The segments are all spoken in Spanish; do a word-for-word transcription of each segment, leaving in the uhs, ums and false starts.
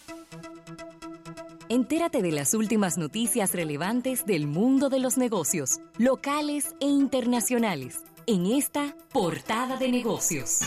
Entérate de las últimas noticias relevantes del mundo de los negocios, locales e internacionales, en esta Portada de Negocios.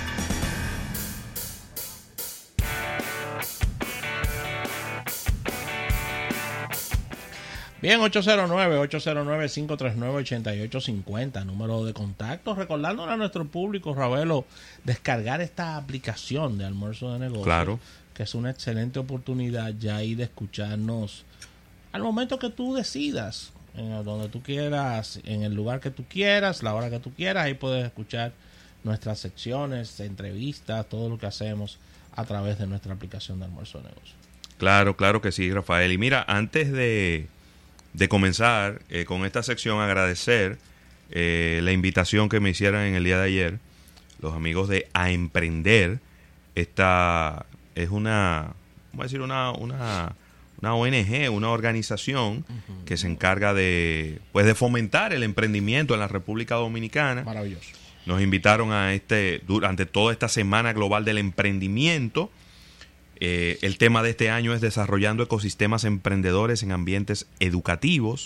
Bien, ocho cero nueve, ocho cero nueve, cinco tres nueve, ocho ocho cinco cero, número de contacto. Recordándole a nuestro público, Ravelo, descargar esta aplicación de Almuerzo de Negocios. Claro. Que es una excelente oportunidad ya ahí de escucharnos al momento que tú decidas, en donde tú quieras, en el lugar que tú quieras, la hora que tú quieras. Ahí puedes escuchar nuestras secciones, entrevistas, todo lo que hacemos a través de nuestra aplicación de Almuerzo de Negocios. Claro, claro que sí, Rafael. Y mira, antes de, de comenzar eh, con esta sección, agradecer eh, la invitación que me hicieron en el día de ayer los amigos de A Emprender. Esta es una, vamos a decir, una, una, una O N G, una organización uh-huh. que se encarga de, pues, de fomentar el emprendimiento en la República Dominicana. Maravilloso. Nos invitaron a este, durante toda esta Semana Global del Emprendimiento. Eh, el tema de este año es desarrollando ecosistemas emprendedores en ambientes educativos.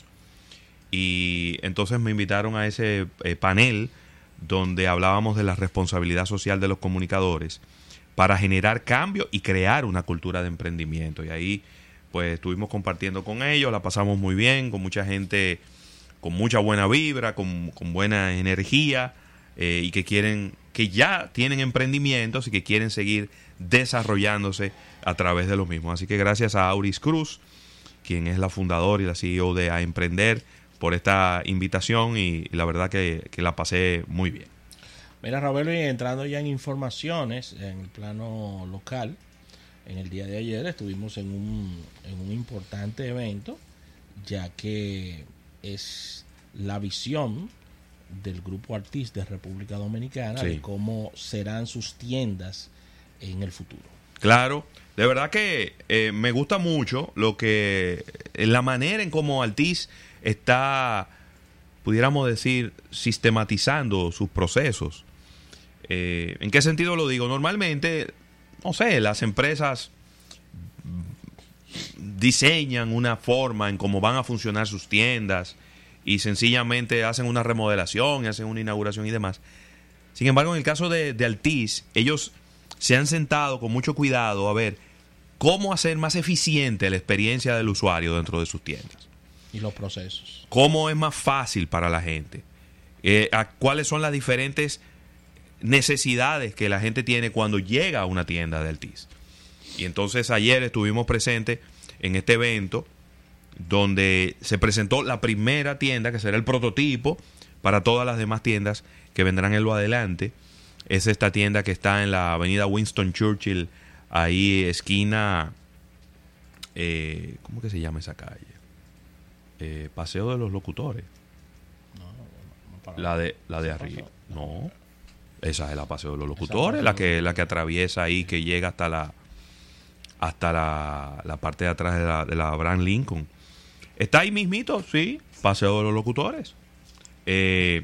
Y entonces me invitaron a ese eh, panel donde hablábamos de la responsabilidad social de los comunicadores para generar cambio y crear una cultura de emprendimiento. Y ahí pues estuvimos compartiendo con ellos, la pasamos muy bien, con mucha gente con mucha buena vibra, con, con buena energía, eh, y que quieren, que ya tienen emprendimientos y que quieren seguir desarrollándose a través de los mismos. Así que gracias a Auris Cruz, quien es la fundadora y la C E O de A Emprender, por esta invitación, y, y la verdad que, que la pasé muy bien. Mira, Roberto, y entrando ya en informaciones en el plano local, en el día de ayer estuvimos en un, en un importante evento, ya que es la visión del Grupo Artis de República Dominicana, sí, de cómo serán sus tiendas en el futuro. Claro, de verdad que eh, me gusta mucho lo que la manera en cómo Artis está, pudiéramos decir, sistematizando sus procesos. Eh, ¿En qué sentido lo digo? Normalmente, no sé, las empresas diseñan una forma en cómo van a funcionar sus tiendas y sencillamente hacen una remodelación y hacen una inauguración y demás. Sin embargo, en el caso de, de Artis, ellos se han sentado con mucho cuidado a ver cómo hacer más eficiente la experiencia del usuario dentro de sus tiendas. Y los procesos. Cómo es más fácil para la gente. Eh, a, cuáles son las diferentes necesidades que la gente tiene cuando llega a una tienda de Artis. Y entonces ayer estuvimos presentes en este evento donde se presentó la primera tienda, que será el prototipo para todas las demás tiendas que vendrán en lo adelante. Es esta tienda que está en la avenida Winston Churchill, ahí esquina, eh, ¿cómo que se llama esa calle? Eh, Paseo de los Locutores. No, no, no, la de la de arriba. No, esa es la Paseo de los Locutores, la que la que atraviesa ahí, que llega hasta la hasta la, la parte de atrás de la, de la Abraham Lincoln. Está ahí mismito, sí, Paseo de los Locutores. Eh,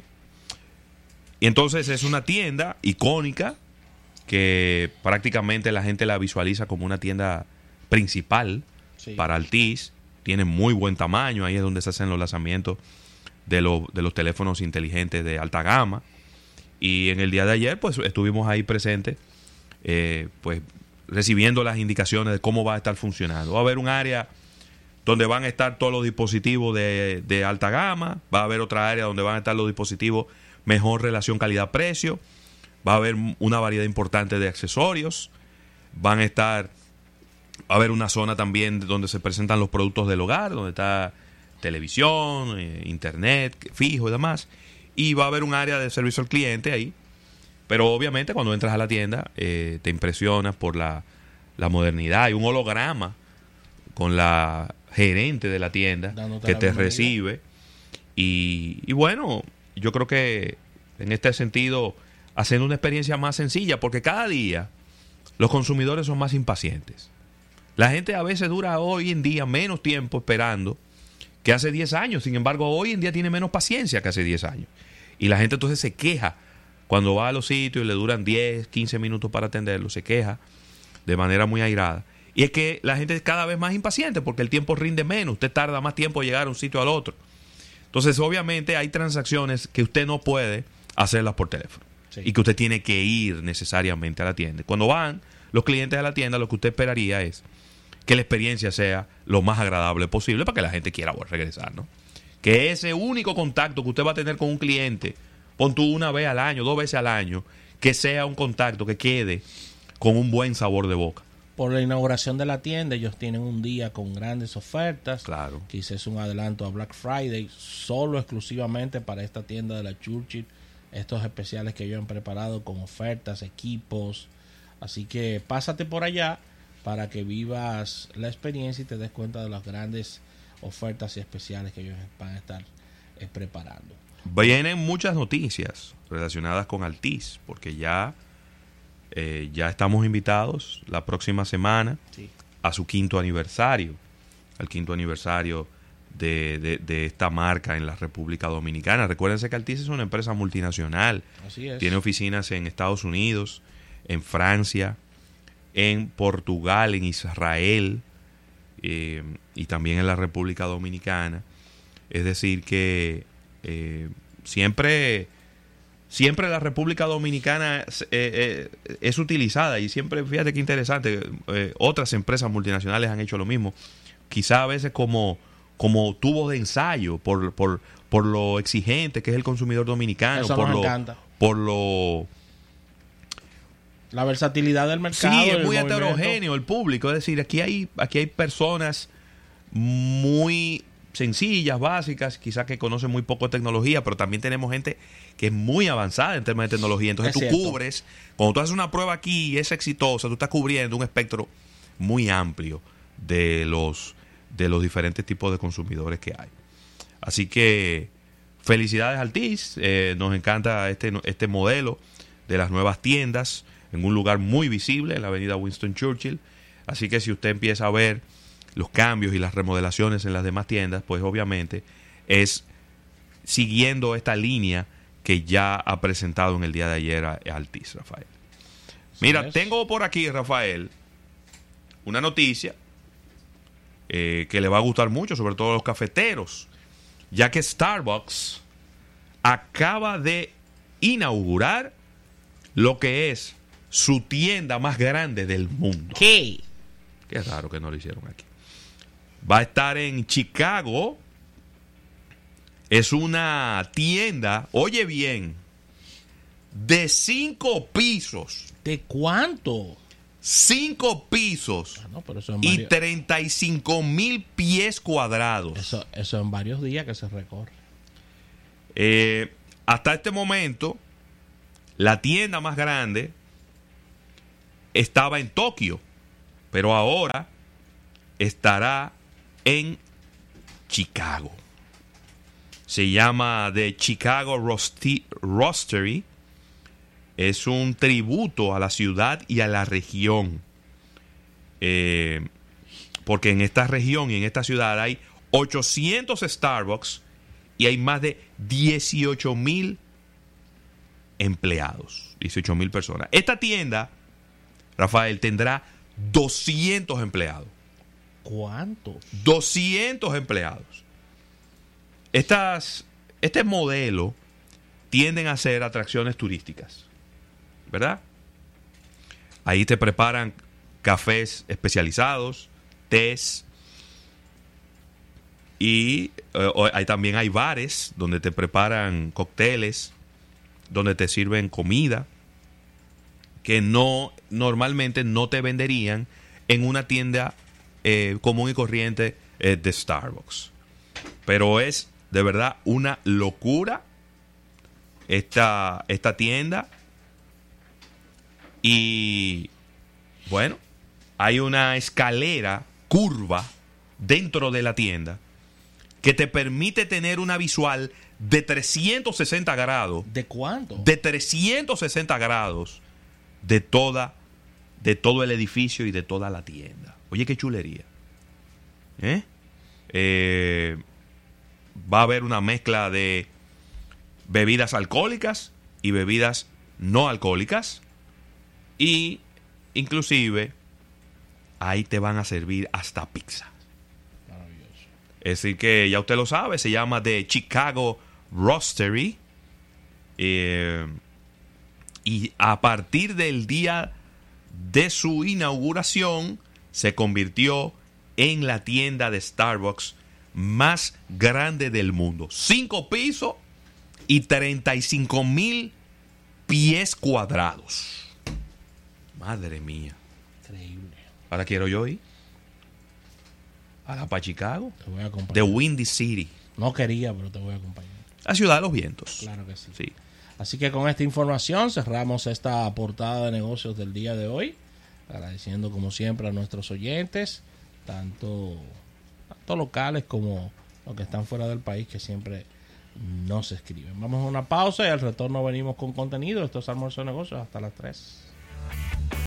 y entonces es una tienda icónica que prácticamente la gente la visualiza como una tienda principal, sí, para Artis. Tiene muy buen tamaño, ahí es donde se hacen los lanzamientos de, lo, de los teléfonos inteligentes de alta gama. Y en el día de ayer pues estuvimos ahí presentes, eh, pues recibiendo las indicaciones de cómo va a estar funcionando. Va a haber un área donde van a estar todos los dispositivos de, de alta gama, va a haber otra área donde van a estar los dispositivos mejor relación calidad-precio, va a haber una variedad importante de accesorios, van a estar, va a haber una zona también donde se presentan los productos del hogar, donde está televisión, eh, internet fijo y demás, y va a haber un área de servicio al cliente ahí. Pero obviamente cuando entras a la tienda eh, te impresionas por la, la modernidad. Hay un holograma con la gerente de la tienda Dándote que te recibe. Y, y bueno, yo creo que en este sentido, haciendo una experiencia más sencilla, porque cada día los consumidores son más impacientes. La gente a veces dura hoy en día menos tiempo esperando que hace diez años. Sin embargo, hoy en día tiene menos paciencia que hace diez años. Y la gente entonces se queja cuando va a los sitios y le duran diez, quince minutos para atenderlo. Se queja de manera muy airada. Y es que la gente es cada vez más impaciente porque el tiempo rinde menos. Usted tarda más tiempo en llegar a un sitio al otro. Entonces, obviamente, hay transacciones que usted no puede hacerlas por teléfono. Sí. Y que usted tiene que ir necesariamente a la tienda. Cuando van los clientes a la tienda, lo que usted esperaría es que la experiencia sea lo más agradable posible para que la gente quiera regresar, ¿no? Que ese único contacto que usted va a tener con un cliente, pon tú una vez al año, dos veces al año, que sea un contacto que quede con un buen sabor de boca. Por la inauguración de la tienda, ellos tienen un día con grandes ofertas. Claro. Quizás es un adelanto a Black Friday, solo exclusivamente para esta tienda de la Churchill. Estos especiales que ellos han preparado con ofertas, equipos. Así que pásate por allá para que vivas la experiencia y te des cuenta de las grandes ofertas y especiales que ellos van a estar eh, preparando. Vienen muchas noticias relacionadas con Altis, porque ya... Eh, ya estamos invitados la próxima semana sí. a su quinto aniversario, al quinto aniversario de, de, de esta marca en la República Dominicana. Recuérdense que Altis es una empresa multinacional. Así es. Tiene oficinas en Estados Unidos, en Francia, en Portugal, en Israel eh, y también en la República Dominicana. Es decir que eh, siempre... Siempre la República Dominicana eh, eh, es utilizada y siempre, fíjate qué interesante, eh, otras empresas multinacionales han hecho lo mismo. Quizá a veces como, como tubo de ensayo por, por, por lo exigente que es el consumidor dominicano. Eso por nos lo, encanta. Por lo... La versatilidad del mercado. Sí, es muy movimiento. heterogéneo el público. Es decir, aquí hay, aquí hay personas muy... sencillas, básicas, quizás que conocen muy poco de tecnología, pero también tenemos gente que es muy avanzada en temas de tecnología. Entonces es tú cierto. cubres, cuando tú haces una prueba aquí y es exitosa, tú estás cubriendo un espectro muy amplio de los, de los diferentes tipos de consumidores que hay. Así que felicidades Altis, eh, nos encanta este, este modelo de las nuevas tiendas en un lugar muy visible en la avenida Winston Churchill. Así que si usted empieza a ver los cambios y las remodelaciones en las demás tiendas, pues obviamente es siguiendo esta línea que ya ha presentado en el día de ayer a Altis, Rafael. Mira, tengo por aquí, Rafael, una noticia eh, que le va a gustar mucho, sobre todo a los cafeteros, ya que Starbucks acaba de inaugurar lo que es su tienda más grande del mundo. ¿Qué? Qué raro que no lo hicieron aquí. Va a estar en Chicago. Es una tienda, oye bien, de cinco pisos. ¿De cuánto? Cinco pisos. Ah, no, pero eso en y varios... treinta y cinco mil pies cuadrados. Eso, eso en varios días que se recorre. Eh, hasta este momento, la tienda más grande estaba en Tokio, pero ahora estará en Chicago. Se llama The Chicago Rosti- Roastery. Es un tributo a la ciudad y a la región. Eh, porque en esta región y en esta ciudad hay ochocientos Starbucks y hay más de dieciocho mil empleados. dieciocho mil personas. Esta tienda, Rafael, tendrá doscientos empleados. ¿Cuántos? doscientos empleados. Estas, este modelo tienden a ser atracciones turísticas, ¿verdad? Ahí te preparan cafés especializados, tés, y eh, ahí también hay bares donde te preparan cócteles, donde te sirven comida que no normalmente no te venderían en una tienda eh, común y corriente eh, de Starbucks. Pero es de verdad una locura esta, esta tienda. Y bueno, hay una escalera curva dentro de la tienda que te permite tener una visual de trescientos sesenta grados. ¿De cuánto? De trescientos sesenta grados de toda, de todo el edificio y de toda la tienda. Oye, qué chulería. ¿Eh? Eh, va a haber una mezcla de bebidas alcohólicas y bebidas no alcohólicas. Y inclusive ahí te van a servir hasta pizza. Maravilloso. Es decir que ya usted lo sabe, se llama The Chicago Roastery. Eh, y a partir del día de su inauguración se convirtió en la tienda de Starbucks más grande del mundo. Cinco pisos y treinta y cinco mil pies cuadrados. Madre mía. Increíble. Ahora quiero yo ir a la pa' Chicago. Te voy a acompañar. The Windy City. No quería, pero te voy a acompañar. La ciudad de los vientos. Claro que sí. Sí. Así que con esta información cerramos esta portada de negocios del día de hoy. Agradeciendo como siempre a nuestros oyentes, tanto, tanto locales como los que están fuera del país, que siempre nos escriben. Vamos a una pausa y al retorno venimos con contenido. Esto es Almuerzo de Negocios hasta las tres.